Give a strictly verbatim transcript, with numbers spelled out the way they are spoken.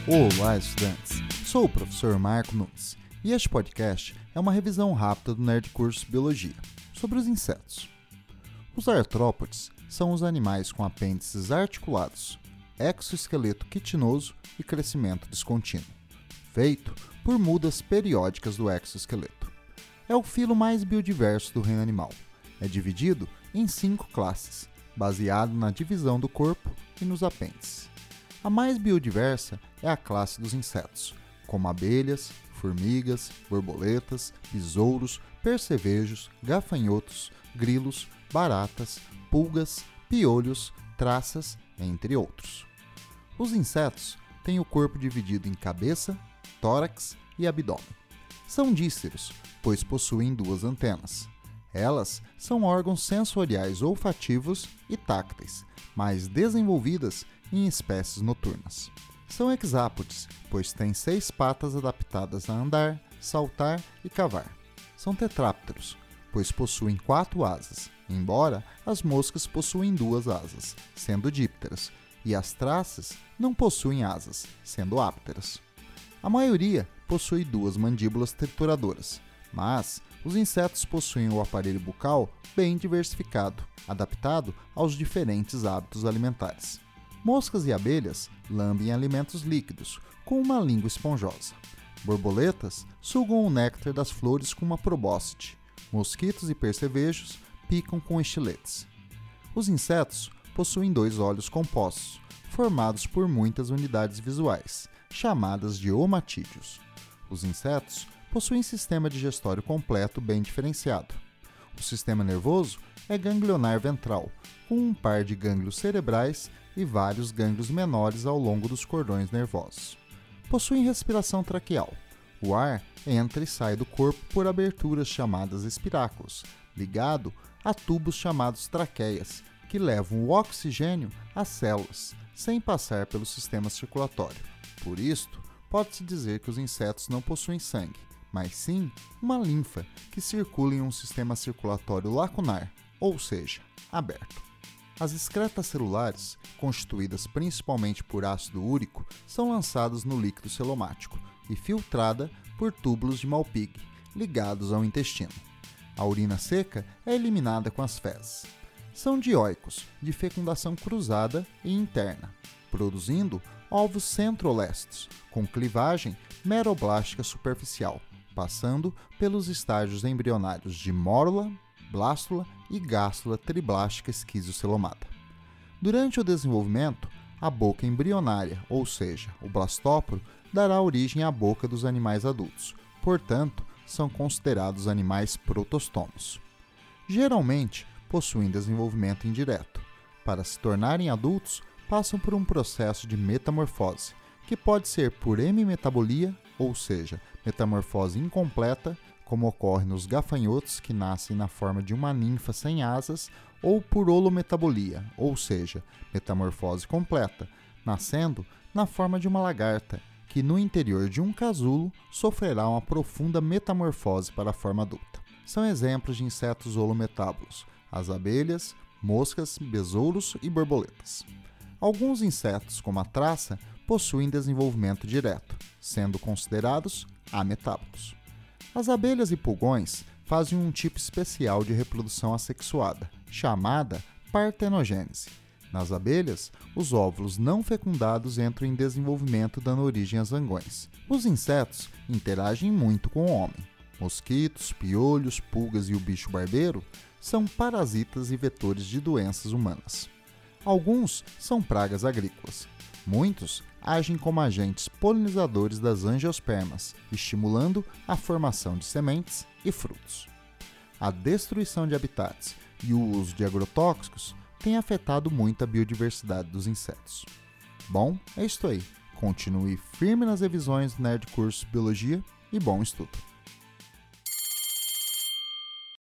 Olá, estudantes! Sou o professor Marco Nunes e este podcast é uma revisão rápida do Nerd Curso Biologia sobre os insetos. Os artrópodes são os animais com apêndices articulados, exoesqueleto quitinoso e crescimento descontínuo, feito por mudas periódicas do exoesqueleto. É o filo mais biodiverso do reino animal. É dividido em cinco classes, baseado na divisão do corpo e nos apêndices. A mais biodiversa é a classe dos insetos, como abelhas, formigas, borboletas, besouros, percevejos, gafanhotos, grilos, baratas, pulgas, piolhos, traças, entre outros. Os insetos têm o corpo dividido em cabeça, tórax e abdômen. São dísseros, pois possuem duas antenas. Elas são órgãos sensoriais olfativos e tácteis, mais desenvolvidas em espécies noturnas. São hexápodes, pois têm seis patas adaptadas a andar, saltar e cavar. São tetrápteros, pois possuem quatro asas, embora as moscas possuem duas asas, sendo dípteras, e as traças não possuem asas, sendo ápteras. A maioria possui duas mandíbulas trituradoras, mas os insetos possuem o aparelho bucal bem diversificado, adaptado aos diferentes hábitos alimentares. Moscas e abelhas lambem alimentos líquidos, com uma língua esponjosa. Borboletas sugam o néctar das flores com uma probóscide. Mosquitos e percevejos picam com estiletes. Os insetos possuem dois olhos compostos, formados por muitas unidades visuais, chamadas de omatídeos. Os insetos possuem sistema digestório completo bem diferenciado. O sistema nervoso é ganglionar ventral, com um par de gânglios cerebrais e vários gânglios menores ao longo dos cordões nervosos. Possuem respiração traqueal. O ar entra e sai do corpo por aberturas chamadas espiráculos, ligado a tubos chamados traqueias, que levam o oxigênio às células, sem passar pelo sistema circulatório. Por isto, pode-se dizer que os insetos não possuem sangue, mas sim uma linfa que circula em um sistema circulatório lacunar, ou seja, aberto. As excretas celulares, constituídas principalmente por ácido úrico, são lançadas no líquido celomático e filtrada por túbulos de Malpighi, ligados ao intestino. A urina seca é eliminada com as fezes. São dioicos, de fecundação cruzada e interna, produzindo ovos centrolestos, com clivagem meroblástica superficial, passando pelos estágios embrionários de mórula, blástula e gástula triblástica esquizocelomada. Durante o desenvolvimento, a boca embrionária, ou seja, o blastóporo, dará origem à boca dos animais adultos, portanto, são considerados animais protostomos. Geralmente, possuem desenvolvimento indireto. Para se tornarem adultos, passam por um processo de metamorfose, que pode ser por hemimetabolia, ou seja, metamorfose incompleta, como ocorre nos gafanhotos que nascem na forma de uma ninfa sem asas, ou por holometabolia, ou seja, metamorfose completa, nascendo na forma de uma lagarta, que no interior de um casulo sofrerá uma profunda metamorfose para a forma adulta. São exemplos de insetos holometábolos, as abelhas, moscas, besouros e borboletas. Alguns insetos, como a traça, possuem desenvolvimento direto, sendo considerados ametábolos. As abelhas e pulgões fazem um tipo especial de reprodução assexuada, chamada partenogênese. Nas abelhas, os óvulos não fecundados entram em desenvolvimento dando origem a zangões. Os insetos interagem muito com o homem. Mosquitos, piolhos, pulgas e o bicho barbeiro são parasitas e vetores de doenças humanas. Alguns são pragas agrícolas. Muitos agem como agentes polinizadores das angiospermas, estimulando a formação de sementes e frutos. A destruição de habitats e o uso de agrotóxicos têm afetado muito a biodiversidade dos insetos. Bom, é isso aí. Continue firme nas revisões do Nerd Curso Biologia e bom estudo!